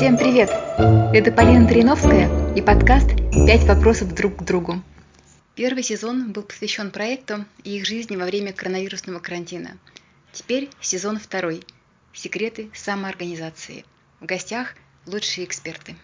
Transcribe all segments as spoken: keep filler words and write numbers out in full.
Всем привет! Это Полина Триновская и подкаст «Пять вопросов друг к другу». Первый сезон был посвящен проекту и их жизни во время коронавирусного карантина. Теперь сезон второй «Секреты самоорганизации». В гостях лучшие эксперты.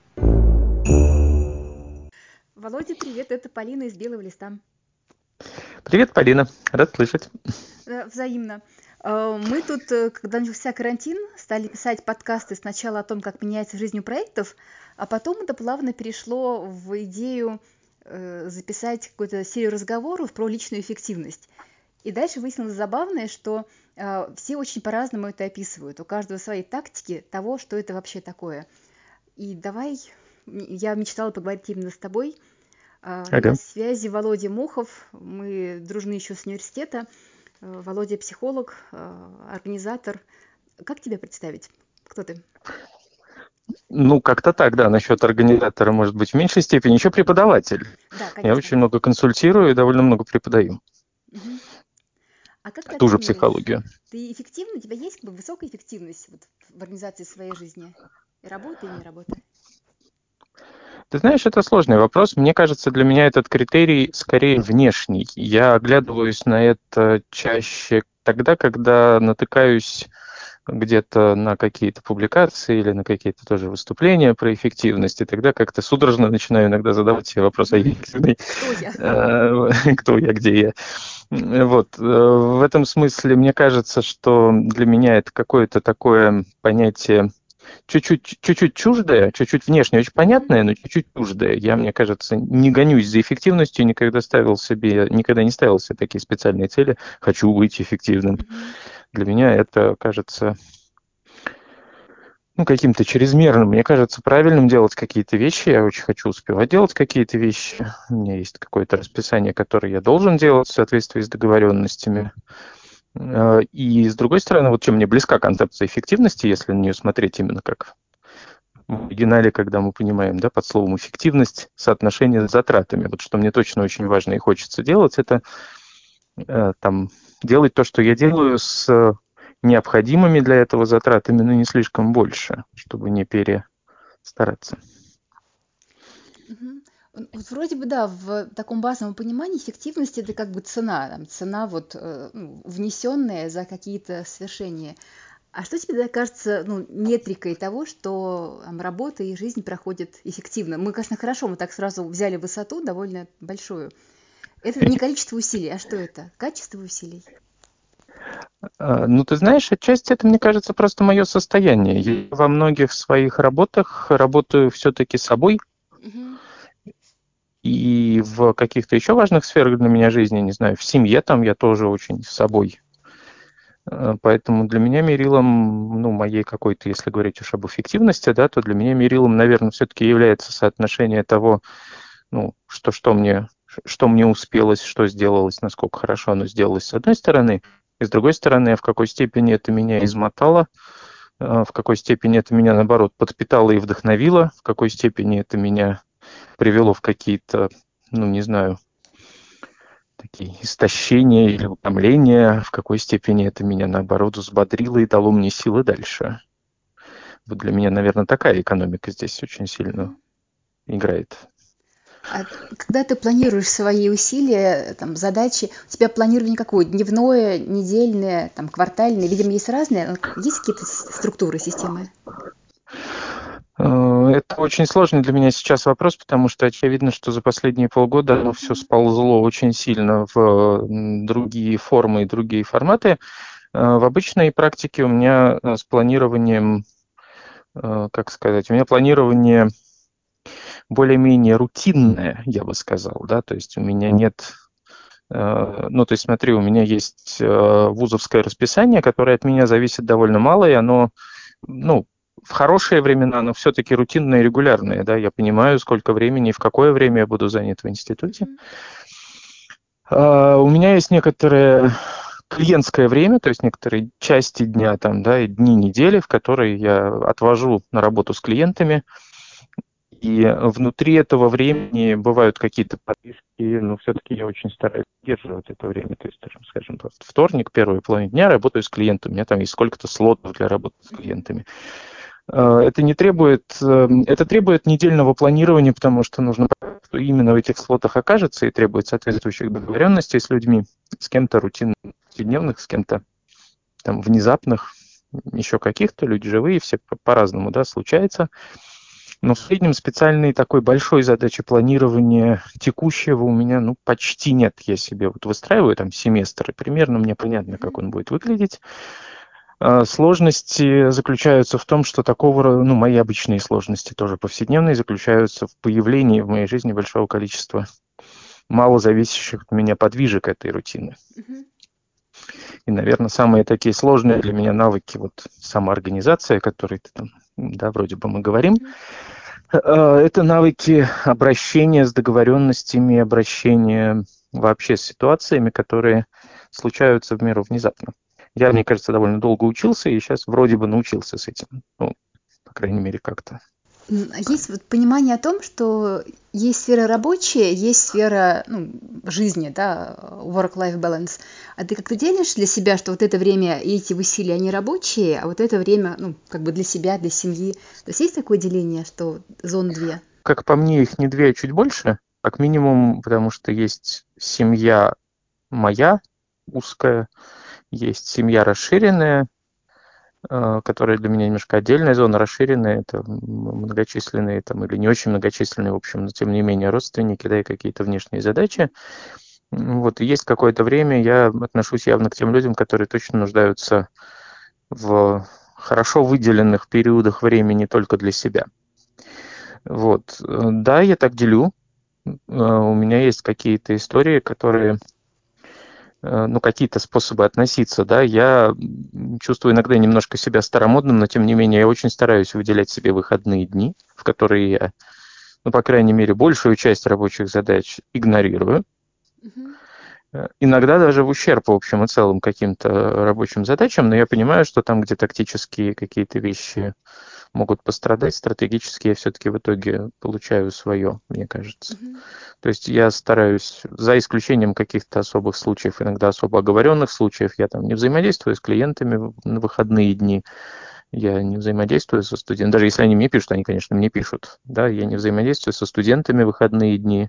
Володя, привет! Это Полина из «Белого листа». Привет, Полина. Рад слышать. Да, взаимно. Мы тут, когда начался карантин, стали писать подкасты сначала о том, как меняется жизнь у проектов, а потом это плавно перешло в идею записать какую-то серию разговоров про личную эффективность. И дальше выяснилось забавное, что все очень по-разному это описывают. У каждого свои тактики того, что это вообще такое. И давай, я мечтала поговорить именно с тобой. Ага. На связи Володя Мохов, мы дружны еще с университета. Володя психолог, организатор. Как тебя представить? Кто ты? Ну, как-то так, да. Насчет организатора, может быть, в меньшей степени. Еще преподаватель. Да, конечно. Я очень много консультирую и довольно много преподаю. Угу. А как ты Ту же оцениваешь? психологию. Ты эффективна? У тебя есть как бы высокая эффективность вот в организации своей жизни? И работы, и не работы? Ты знаешь, это сложный вопрос. Мне кажется, для меня этот критерий скорее внешний. Я оглядываюсь на это чаще тогда, когда натыкаюсь где-то на какие-то публикации или на какие-то тоже выступления про эффективность, и тогда как-то судорожно начинаю иногда задавать себе вопрос, а эффективный? Кто я? Кто я, где я? Вот. В этом смысле мне кажется, что для меня это какое-то такое понятие чуть-чуть, чуть-чуть чуждое, чуть-чуть внешне очень понятное, но чуть-чуть чуждое. Я, мне кажется, не гонюсь за эффективностью, никогда ставил себе, никогда не ставил себе такие специальные цели. Хочу быть эффективным. Мгм. Для меня это кажется ну, каким-то чрезмерным. Мне кажется правильным делать какие-то вещи. Я очень хочу успевать делать какие-то вещи. У меня есть какое-то расписание, которое я должен делать в соответствии с договоренностями. Э, И, с другой стороны, вот чем мне близка концепция эффективности, если на нее смотреть именно как в оригинале, когда мы понимаем, да, под словом эффективность, соотношение с затратами. Вот что мне точно очень важно и хочется делать, это э, там делать то, что я делаю, с необходимыми для этого затратами, но не слишком больше, чтобы не перестараться. Мгм. Вот вроде бы, да, в таком базовом понимании эффективность это как бы цена, там, цена вот э, ну, внесенная за какие-то свершения. А что тебе тогда кажется, ну, метрикой того, что там, работа и жизнь проходят эффективно? Мы, конечно, хорошо, мы так сразу взяли высоту довольно большую. Это не количество усилий, а что это? Качество усилий? А, Ну, ты знаешь, отчасти это, мне кажется, просто мое состояние. Я во многих своих работах работаю все-таки собой, Мгм. и в каких-то еще важных сферах для меня жизни, не знаю, в семье там я тоже очень с собой. Э, Поэтому для меня мерилом, ну, моей какой-то, если говорить уж об эффективности, да, то для меня мерилом, наверное, все-таки является соотношение того, ну, что, что мне, что мне успелось, что сделалось, насколько хорошо оно сделалось с одной стороны, и с другой стороны, в какой степени это меня измотало, э, в какой степени это меня, наоборот, подпитало и вдохновило, в какой степени это меня привело в какие-то, ну, не знаю, такие истощения или утомления, в какой степени это меня, наоборот, взбодрило и дало мне силы дальше. Вот для меня, наверное, такая экономика здесь очень сильно Мгм. играет. А когда ты планируешь свои усилия, там, задачи, у тебя планирование какое? Дневное, недельное, там, квартальное? Видимо, есть разные. Есть какие-то с- структуры, системы? Э, Это очень сложный для меня сейчас вопрос, потому что очевидно, что за последние полгода оно все Мгм. сползло очень сильно в м, другие формы и другие форматы. Э, В обычной практике у меня э, с планированием, э, как сказать, у меня планирование более-менее рутинное, я бы сказал, да, то есть у меня нет, э, ну, то есть смотри, у меня есть э, вузовское расписание, которое от меня зависит довольно мало, и оно, ну, в хорошие времена, оно все-таки рутинное и регулярное, да, я понимаю, сколько времени и в какое время я буду занят в институте. Мгм. А, У меня есть некоторое клиентское время, то есть некоторые части дня там, да, и дни недели, в которые я отвожу на работу с клиентами. И внутри этого времени бывают какие-то подвижки, но все-таки я очень стараюсь удерживать это время. То есть, скажем, скажем, вот вторник, первая половина дня работаю с клиентом, у меня там есть сколько-то слотов для работы с Мгм. клиентами. Это не требует, это требует недельного планирования, потому что нужно понять, кто именно в этих слотах окажется, и требует соответствующих договоренностей с людьми, с кем-то рутинных, повседневных, с кем-то там внезапных, еще каких-то, люди живые, все по-разному, да, случается. Но в среднем специальной такой большой задачи планирования текущего у меня, ну, почти нет. Я себе вот выстраиваю там семестр, и примерно мне понятно, как он будет выглядеть. Сложности заключаются в том, что такого, ну, мои обычные сложности тоже повседневные, заключаются в появлении в моей жизни большого количества мало зависящих от меня подвижек этой рутины. Mm-hmm. И, наверное, самые такие сложные для меня навыки, вот самоорганизация, о которой ты там, да, вроде бы мы говорим, mm-hmm. это навыки обращения с договоренностями, обращения вообще с ситуациями, которые случаются в миру внезапно. Я, мне кажется, довольно долго учился, и сейчас вроде бы научился с этим. Ну, по крайней мере, как-то. Есть вот понимание о том, что есть сфера рабочая, есть сфера, ну, жизни, да, work-life balance. А ты как-то делишь для себя, что вот это время и эти усилия, они рабочие, а вот это время, ну, как бы для себя, для семьи. То есть есть такое деление, что зон две? Как по мне, их не две, а чуть больше. Как минимум, потому что есть семья моя, узкая, есть семья расширенная, которая для меня немножко отдельная зона, расширенная, это многочисленные там, или не очень многочисленные, в общем, но тем не менее родственники, да, и какие-то внешние задачи. Вот, и есть какое-то время, я отношусь явно к тем людям, которые точно нуждаются в хорошо выделенных периодах времени только для себя. Вот, да, я так делю. У меня есть какие-то истории, которые... ну, какие-то способы относиться, да, я чувствую иногда немножко себя старомодным, но, тем не менее, я очень стараюсь выделять себе выходные дни, в которые я, ну, по крайней мере, большую часть рабочих задач игнорирую. Mm-hmm. Иногда даже в ущерб, в общем и целом, каким-то рабочим задачам, но я понимаю, что там, где тактические какие-то вещи могут пострадать, стратегически я все-таки в итоге получаю свое, мне кажется. Mm-hmm. То есть я стараюсь, за исключением каких-то особых случаев, иногда особо оговоренных случаев, я там не взаимодействую с клиентами на выходные дни, я не взаимодействую со студентами, даже если они мне пишут, они, конечно, мне пишут, да, я не взаимодействую со студентами в выходные дни,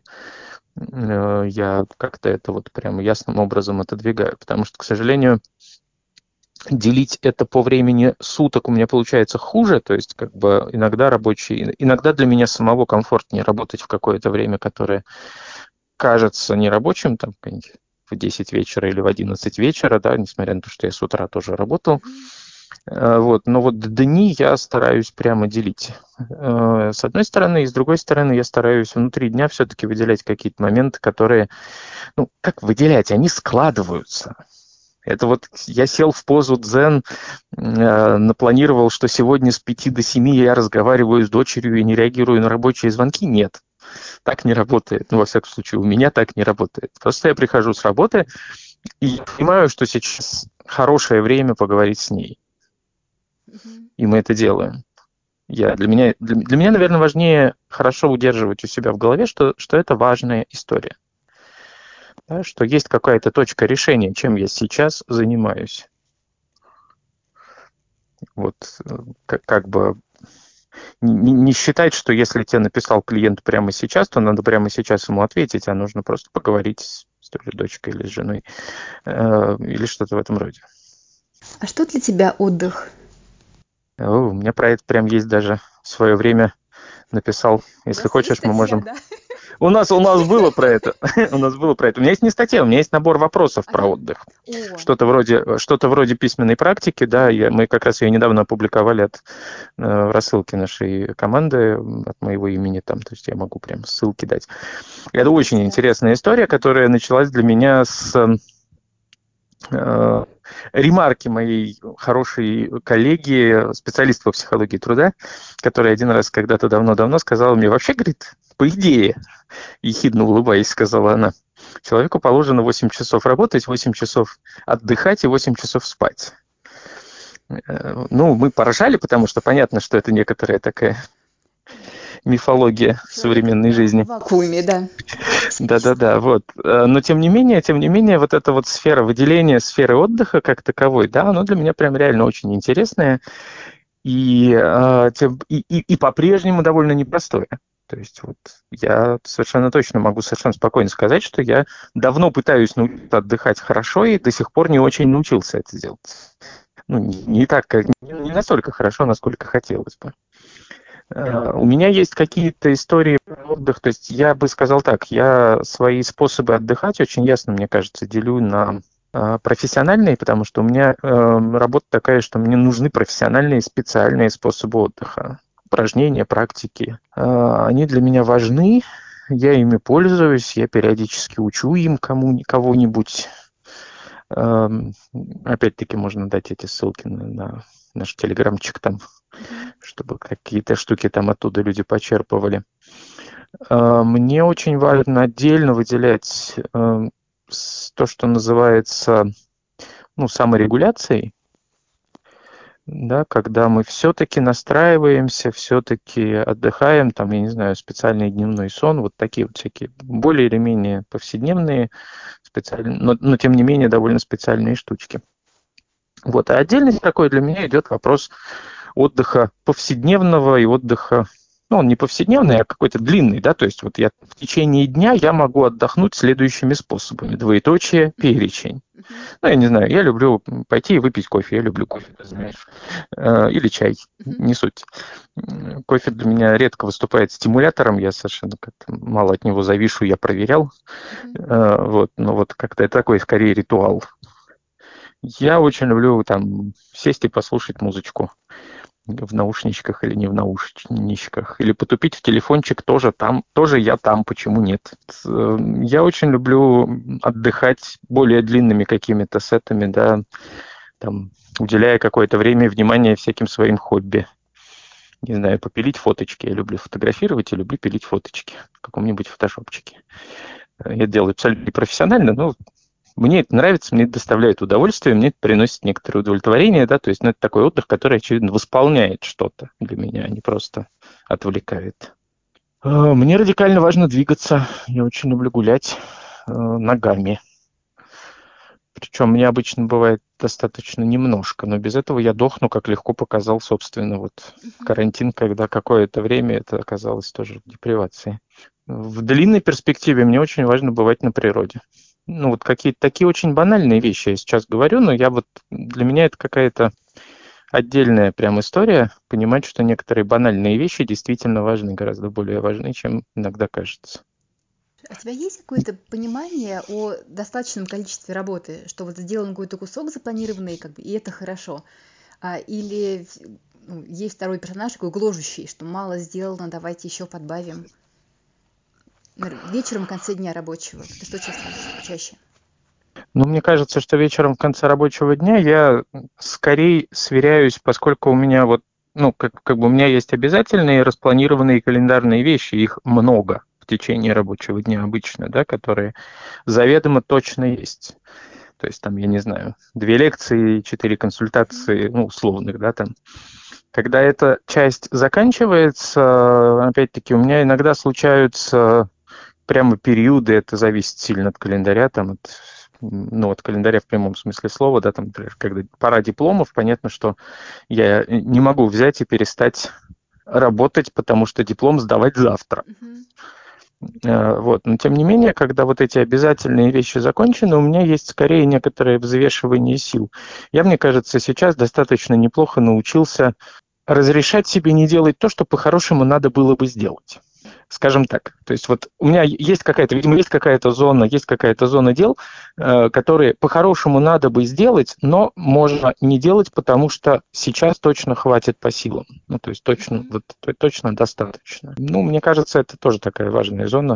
я как-то это вот прям ясным образом отодвигаю, потому что, к сожалению, делить это по времени суток у меня получается хуже, то есть как бы иногда рабочий, иногда для меня самого комфортнее работать в какое-то время, которое кажется нерабочим, там в десять вечера или в одиннадцать вечера, да, несмотря на то, что я с утра тоже работал. Mm-hmm. Вот, но вот дни я стараюсь прямо делить. С одной стороны, и с другой стороны, я стараюсь внутри дня все-таки выделять какие-то моменты, которые, ну, как выделять, они складываются. Это вот я сел в позу дзен, э, напланировал, что сегодня с пяти до семи я разговариваю с дочерью и не реагирую на рабочие звонки. Нет, так не работает. Ну, во всяком случае, у меня так не работает. Просто я прихожу с работы и понимаю, что сейчас хорошее время поговорить с ней. Mm-hmm. И мы это делаем. Я, для, меня, для, для меня, наверное, важнее хорошо удерживать у себя в голове, что, что это важная история. Да, что есть какая-то точка решения, чем я сейчас занимаюсь. Вот как, как бы не, не считать, что если тебе написал клиент прямо сейчас, то надо прямо сейчас ему ответить, а нужно просто поговорить с, с той же дочкой или с женой, э, или что-то в этом роде. А что для тебя отдых? О, у меня про это прям есть даже в свое время написал. Если хочешь, мы можем... Да? У нас, у нас было про это. У нас было про это. У меня есть не статья, у меня есть набор вопросов ага. про отдых. О. Что-то вроде, что-то вроде письменной практики, да. Я, мы как раз ее недавно опубликовали от э, рассылки нашей команды, от моего имени там. То есть я могу прям ссылки дать. Это ну, очень да. интересная история, которая началась для меня с э, ремарки моей хорошей коллеги, специалиста по психологии труда, которая один раз когда-то давно-давно сказала мне, вообще, говорит, по идее, ехидно улыбаясь, сказала она, человеку положено восемь часов работать, восемь часов отдыхать и восемь часов спать. Ну, мы поржали, потому что понятно, что это некоторая такая мифология человек современной жизни. В вакууме, да. Да-да-да, вот. Но тем не менее, тем не менее, вот эта вот сфера выделения сферы отдыха как таковой, да, она для меня прям реально очень интересная. И, э, тем- и, и, и по-прежнему довольно непростое. То есть вот я совершенно точно могу совершенно спокойно сказать, что я давно пытаюсь научиться отдыхать хорошо и до сих пор не очень научился это делать. Ну, не, не так, как, не не настолько хорошо, насколько хотелось бы. Э, У меня есть какие-то истории про отдых, то есть я бы сказал так, я свои способы отдыхать очень ясно, мне кажется, делю на э, профессиональные, потому что у меня э, работа такая, что мне нужны профессиональные специальные способы отдыха, упражнения, практики. Э, Они для меня важны, я ими пользуюсь, я периодически учу им кому кого-нибудь. Эм, Опять-таки можно дать эти ссылки на, на наш телеграмчик там, Мгм. чтобы какие-то штуки там оттуда люди почерпывали. Э, Мне очень важно отдельно выделять э, с- то, что называется, ну, саморегуляцией, да, когда мы все-таки настраиваемся, все-таки отдыхаем, там, я не знаю, специальный дневной сон, вот такие вот всякие более или менее повседневные, специальные, но, но тем не менее довольно специальные штучки. Вот, а отдельно такой для меня идет вопрос отдыха повседневного и отдыха, ну, он не повседневный, а какой-то длинный, да, то есть вот я в течение дня я могу отдохнуть следующими способами. Двоеточие, Мгм. перечень. Мгм. Ну, я не знаю, я люблю пойти и выпить кофе, я люблю кофе, ты знаешь, Э, или чай, Мгм. не суть. М, Кофе для меня редко выступает стимулятором, я совершенно как-то мало от него завишу, я проверял, Мгм. Э, вот, но вот как-то это такой скорее ритуал. Я очень люблю там сесть и послушать музычку в наушничках или не в наушничках, или потупить в телефончик тоже там, тоже я там, почему нет. Э, Я очень люблю отдыхать более длинными какими-то сетами, да, там, уделяя какое-то время и внимание всяким своим хобби. Не знаю, попилить фоточки. Я люблю фотографировать и люблю пилить фоточки в каком-нибудь фотошопчике. Э, Я делаю абсолютно непрофессионально, но мне это нравится, мне это доставляет удовольствие, мне это приносит некоторое удовлетворение, да, то есть ну, это такой отдых, который, очевидно, восполняет что-то для меня, а не просто отвлекает. Э, Мне радикально важно двигаться, я очень люблю гулять э, ногами. Причем мне обычно бывает достаточно немножко, но без этого я дохну, как легко показал, собственно, вот Мгм. карантин, когда какое-то время это оказалось тоже депривацией. В длинной перспективе мне очень важно бывать на природе. Ну, вот какие-то такие очень банальные вещи я сейчас говорю, но я вот, для меня это какая-то отдельная прям история, понимать, что некоторые банальные вещи действительно важны, гораздо более важны, чем иногда кажется. А у тебя есть какое-то понимание о достаточном количестве работы, что вот сделан какой-то кусок запланированный, как бы, и это хорошо? А, или в- ну, есть второй персонаж такой гложущий, что мало сделано, давайте еще подбавим. Например, вечером в конце дня рабочего. Ты что чувствуешь чаще? Ну, мне кажется, что вечером в конце рабочего дня я скорее сверяюсь, поскольку у меня вот, ну, как, как бы у меня есть обязательные распланированные календарные вещи, их много в течение рабочего дня обычно, да, которые заведомо точно есть. То есть там, я не знаю, две лекции, четыре Мгм. консультации, ну, условных, да, там. Когда эта часть заканчивается, опять-таки, у меня иногда случаются прямо периоды, это зависит сильно от календаря, там, от, ну, от календаря в прямом смысле слова, да, там, например, когда пора дипломов, понятно, что я не могу взять и перестать работать, потому что диплом сдавать завтра. Мгм. Э, Вот. Но тем не менее, когда вот эти обязательные вещи закончены, у меня есть скорее некоторое взвешивание сил. Я, мне кажется, сейчас достаточно неплохо научился разрешать себе не делать то, что по-хорошему надо было бы сделать. Скажем так. То есть вот у меня есть какая-то, видимо, есть какая-то зона, есть какая-то зона дел, э, которые по-хорошему надо бы сделать, но можно не делать, потому что сейчас точно хватит по силам. Ну, то есть точно, Мгм. вот, точно достаточно. Ну, мне кажется, это тоже такая важная зона.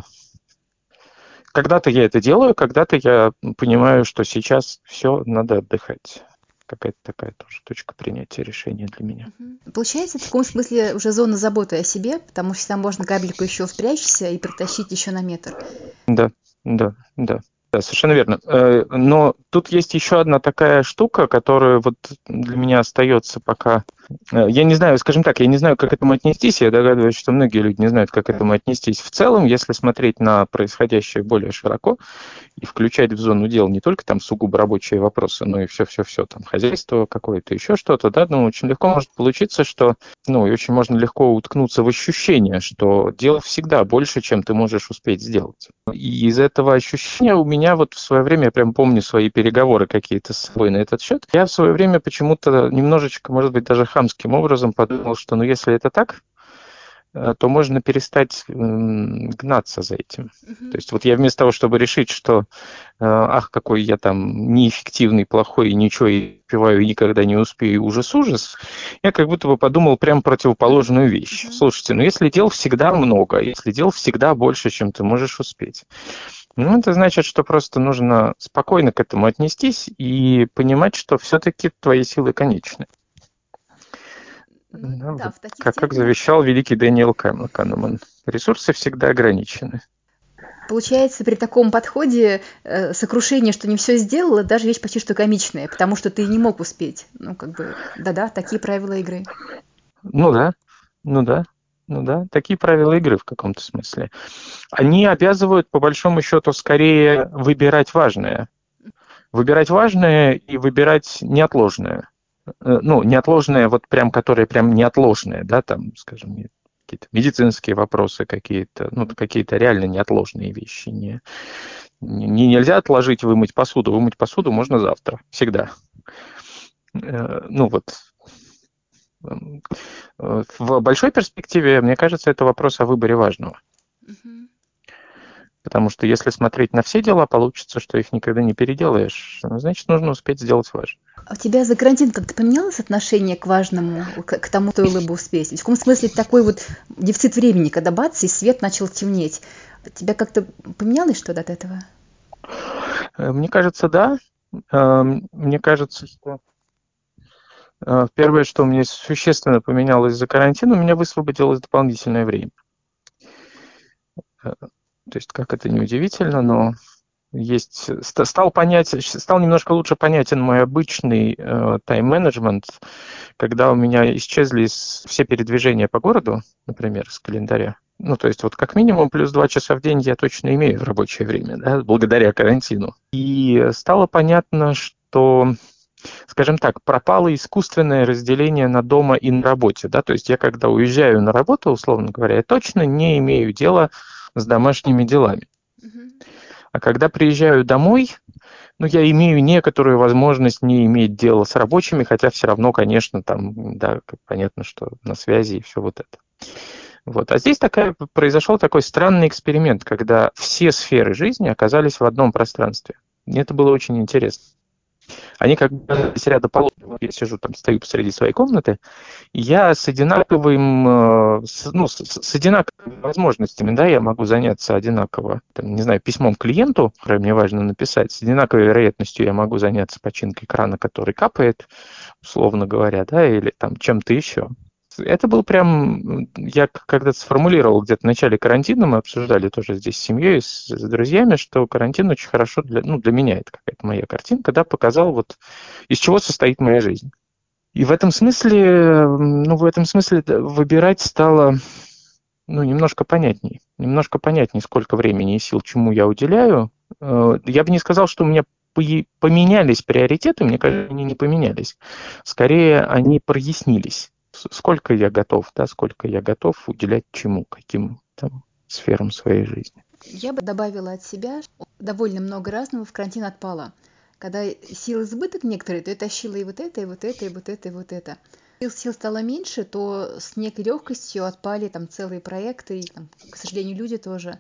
Когда-то я это делаю, когда-то я понимаю, что сейчас все, надо отдыхать. Какая-то такая тоже точка принятия решения для меня. Мгм. Получается, в таком смысле уже зона заботы о себе, потому что там можно капельку еще впрячься и протащить еще на метр. Да, да, да. Да, совершенно верно. Э, Но тут есть еще одна такая штука, которая вот для меня остается пока. Э, Я не знаю, скажем так, я не знаю, как к этому отнестись. Я догадываюсь, что многие люди не знают, как к этому отнестись в целом, если смотреть на происходящее более широко и включать в зону дел не только там сугубо рабочие вопросы, но и все-все-все, там хозяйство какое-то, еще что-то, да, ну, очень легко может получиться, что, ну, и очень можно легко уткнуться в ощущение, что дел всегда больше, чем ты можешь успеть сделать. И из этого ощущения у меня вот в свое время, я прям помню свои переговоры какие-то с собой на этот счет, я в свое время почему-то немножечко, может быть, даже хамским образом подумал, что, ну, если это так, э, то можно перестать м, гнаться за этим. То Мгм. есть вот я вместо того, чтобы решить, что э, ах, какой я там неэффективный, плохой, и ничего и успеваю, и никогда не успею, ужас-ужас, я как будто бы подумал прям противоположную вещь. Мгм. Слушайте, ну если дел всегда много, если дел всегда больше, чем ты можешь успеть, ну это значит, что просто нужно спокойно к этому отнестись и понимать, что все-таки твои силы конечны. Ну Да, да, вот в таких как, как терминах завещал великий Дэниел Кан- Канеман. Ресурсы всегда ограничены. получается при таком подходе э, сокрушение, что не все сделала, даже вещь почти что комичная, потому что ты не мог успеть. Ну, как бы, да-да, такие правила игры. Ну да, ну да, ну да. Такие правила игры в каком-то смысле. Они обязывают, по большому счету, скорее выбирать важное. Выбирать важное и выбирать неотложное. Э, Ну, неотложное, вот прям, которое прям неотложное, да, там, скажем, не- какие-то медицинские вопросы какие-то, ну, какие-то реально неотложные вещи. Не, не, нельзя отложить вымыть посуду. Вымыть посуду Мгм. можно завтра, всегда. Э, Ну, вот. М, э, В большой перспективе, мне кажется, это вопрос о выборе важного. Мгм. Потому что если смотреть на все дела, получится, что их никогда не переделаешь. Ну, значит, нужно успеть сделать важное. А у тебя за карантин как-то поменялось отношение к важному, к, к тому, стоило бы успеть? В каком смысле такой вот дефицит времени, когда бац, и свет начал темнеть? Тебя как-то поменялось что-то от этого? Э, Мне кажется, да. Э, Мне кажется, что э, первое, что мне существенно поменялось за карантин, у меня высвободилось дополнительное время. Э, То есть, как это неудивительно, но есть ст- стал понять, стал немножко лучше понятен мой обычный э, тайм-менеджмент, когда у меня исчезли с- все передвижения по городу, например, с календаря. Ну, то есть вот как минимум плюс два часа в день я точно имею в рабочее время, да, благодаря карантину. И стало понятно, что, скажем так, пропало искусственное разделение на дома и на работе, да, то есть я когда уезжаю на работу, условно говоря, я точно не имею дела с домашними делами. Мгм. А когда приезжаю домой, ну, я имею некоторую возможность не иметь дела с рабочими, хотя все равно, конечно, там, да, как понятно, что на связи и все вот это. Вот. А здесь такая, произошел такой странный эксперимент, когда все сферы жизни оказались в одном пространстве. И это было очень интересно. Они как бы оказались рядоположны. Вот я сижу там, стою посреди своей комнаты, и я с одинаковым, э, с, ну, с, с одинаковыми возможностями, да, я могу заняться одинаково, там, не знаю, письмом клиенту, которое мне важно написать, с одинаковой вероятностью я могу заняться починкой крана, который капает, условно говоря, да, или там чем-то еще. Это был прям, я когда-то сформулировал где-то в начале карантина, мы обсуждали тоже здесь с семьей, с, с друзьями, что карантин очень хорошо для, ну, для меня, это какая-то моя картинка, да, показал вот из чего состоит моя жизнь. И в этом смысле, ну, в этом смысле выбирать стало, ну, немножко понятней. Немножко понятней, сколько времени и сил чему я уделяю. Э, Я бы не сказал, что у меня поменялись приоритеты, мне кажется, они не поменялись. Скорее, они прояснились. Сколько я готов, да, сколько я готов уделять чему, каким там сферам своей жизни. Я бы добавила от себя, что довольно много разного в карантин отпало. Когда сил избыток некоторые, то я тащила и вот это, и вот это, и вот это, и вот это. Сил, сил стало меньше, то с некой легкостью отпали там целые проекты, и, там, к сожалению, люди тоже.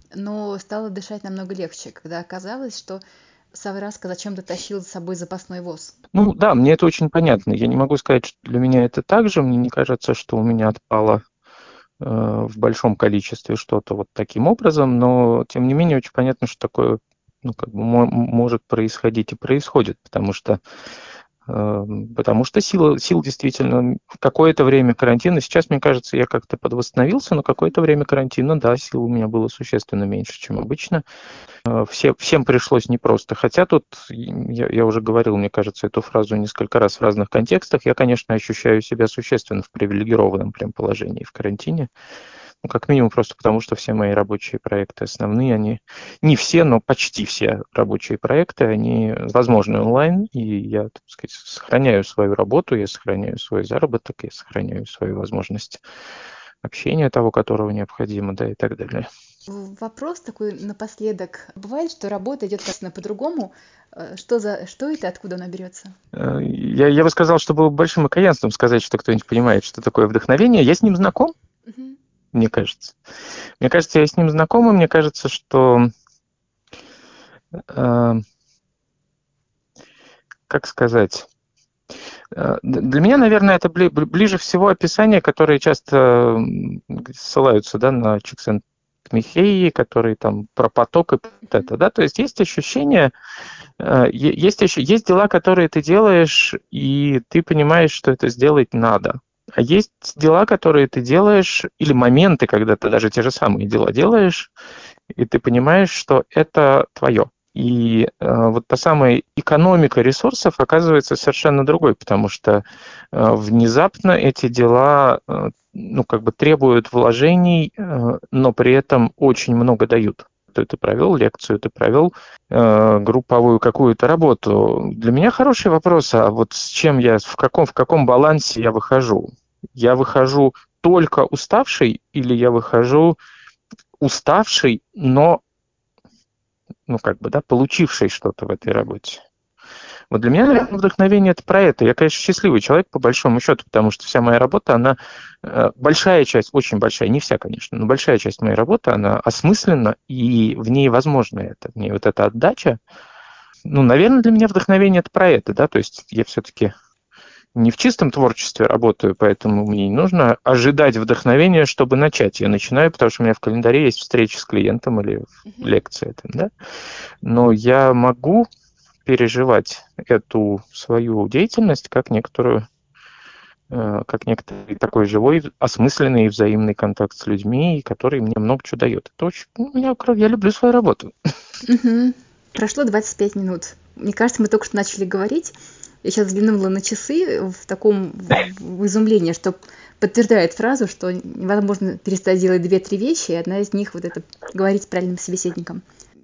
Но стало дышать намного легче, когда оказалось, что Савраска зачем-то тащил за собой запасной воз. Ну да, мне это очень понятно. Я не могу сказать, что для меня это так же. Мне не кажется, что у меня отпало э, в большом количестве что-то вот таким образом, но тем не менее очень понятно, что такое, ну, как бы мо- может происходить и происходит, потому что Э, Потому что сил, сил действительно какое-то время карантина. Сейчас, мне кажется, я как-то подвосстановился, но какое-то время карантина, да, сил у меня было существенно меньше, чем обычно. Э, Все, всем пришлось непросто. Хотя тут, я, я уже говорил, мне кажется, эту фразу несколько раз в разных контекстах. Я, конечно, ощущаю себя существенно в привилегированном прям положении в карантине. Ну, как минимум просто потому, что все мои рабочие проекты основные, они не все, но почти все рабочие проекты, они возможны онлайн, и я, так сказать, сохраняю свою работу, я сохраняю свой заработок, я сохраняю свою возможность общения того, которого необходимо, да, и так далее. Вопрос такой напоследок. Бывает, что работа идет как-то по-другому. Э, Что за, что это, откуда она берется? Э, Я, я бы сказал, что было бы большим окаянством сказать, что кто-нибудь понимает, что такое вдохновение. Я с ним знаком, Мгм. мне кажется. Мне кажется, я с ним знаком, и мне кажется, что, э, как сказать, Э, Для меня, наверное, это бли- бли- ближе всего описание, которые часто м, ссылаются, да, на Чиксент-Михеи, которые там про поток и вот Мгм. это, да, то есть есть ощущение, э, е- есть, еще, есть дела, которые ты делаешь, и ты понимаешь, что это сделать надо. А есть дела, которые ты делаешь, или моменты, когда ты даже те же самые дела делаешь, и ты понимаешь, что это твое. И э, вот та самая экономика ресурсов оказывается совершенно другой, потому что э, внезапно эти дела э, ну, как бы требуют вложений, э, но при этом очень много дают. Ты, ты провел лекцию, ты провел э, групповую какую-то работу. Для меня хороший вопрос, а вот с чем я, в каком, в каком балансе я выхожу? Я выхожу только уставший или я выхожу уставший, но ну, как бы, да, получивший что-то в этой Да. работе. Вот для меня, наверное, вдохновение это про это. Я, конечно, счастливый человек, по большому счету, потому что вся моя работа, она, э, большая часть, очень большая, не вся, конечно, но большая часть моей работы, она осмысленна, и в ней возможно это. В ней вот эта отдача. Ну, наверное, для меня вдохновение это про это, да, то есть я все-таки не в чистом творчестве работаю, поэтому мне не нужно ожидать вдохновения, чтобы начать. Я начинаю, потому что у меня в календаре есть встреча с клиентом или Мгм. лекция, там, да. Но я могу переживать эту свою деятельность как некоторую, э, как некоторый такой живой, осмысленный и взаимный контакт с людьми, который мне много чего дает. Это очень, ну, меня, я люблю свою работу. Мгм. Прошло двадцать пять минут. Мне кажется, мы только что начали говорить. Я сейчас взглянула на часы в таком в в изумлении, что подтверждает фразу, что невозможно перестать делать две-три вещи, и одна из них вот это говорить с правильным собеседником.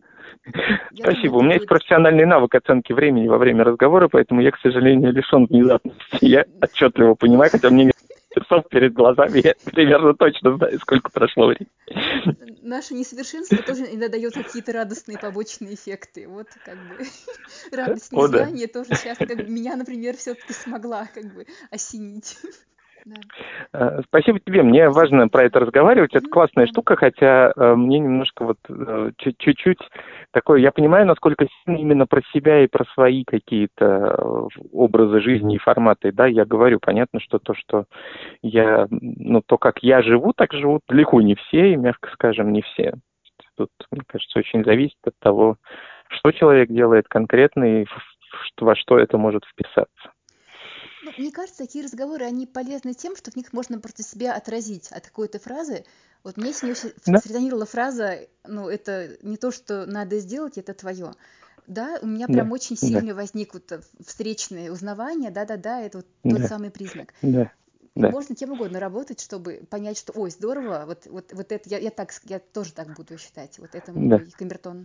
Я думаю, Спасибо. У это меня есть будет... профессиональный навык оценки времени во время разговора, поэтому я, к сожалению, лишен внезапности. Я отчетливо понимаю, хотя мне нет часов перед глазами, я примерно точно знаю, сколько прошло времени. Наше несовершенство тоже иногда дает какие-то радостные побочные эффекты. Вот как бы радость О, да. незнания тоже сейчас как бы меня, например, все-таки смогла как бы осенить. Да. Э, Спасибо тебе. Мне Спасибо важно про большое. это разговаривать. Это Мгм, классная да. штука, хотя э, мне немножко вот э, чуть- чуть-чуть такое. Я понимаю, насколько сильно именно про себя и про свои какие-то э, образы жизни и форматы. Да, я говорю, понятно, что то, что я, ну, то, как я живу, так живут далеко не все, и, мягко скажем, не все. Тут, мне кажется, очень зависит от того, что человек делает конкретно и в- в- во что это может вписаться. Ну, мне кажется, такие разговоры, они полезны тем, что в них можно просто себя отразить от какой-то фразы. Вот мне сегодня очень Да, срезонировала фраза, ну, это не то, что надо сделать, это твое. Да, у меня прям да, очень да, сильно возник вот э, встречное узнавание, да-да-да, это вот тот да, самый признак. да, И да, можно кем угодно работать, чтобы понять, что, ой, здорово, вот, вот, вот это, я, я так, с- я тоже так буду считать, вот это да. мой камертон.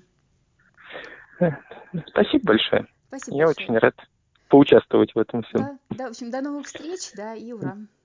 Э, Спасибо большое. Спасибо Я очень большое. рад поучаствовать в этом всем. Да, да, в общем, до новых встреч, да, и ура.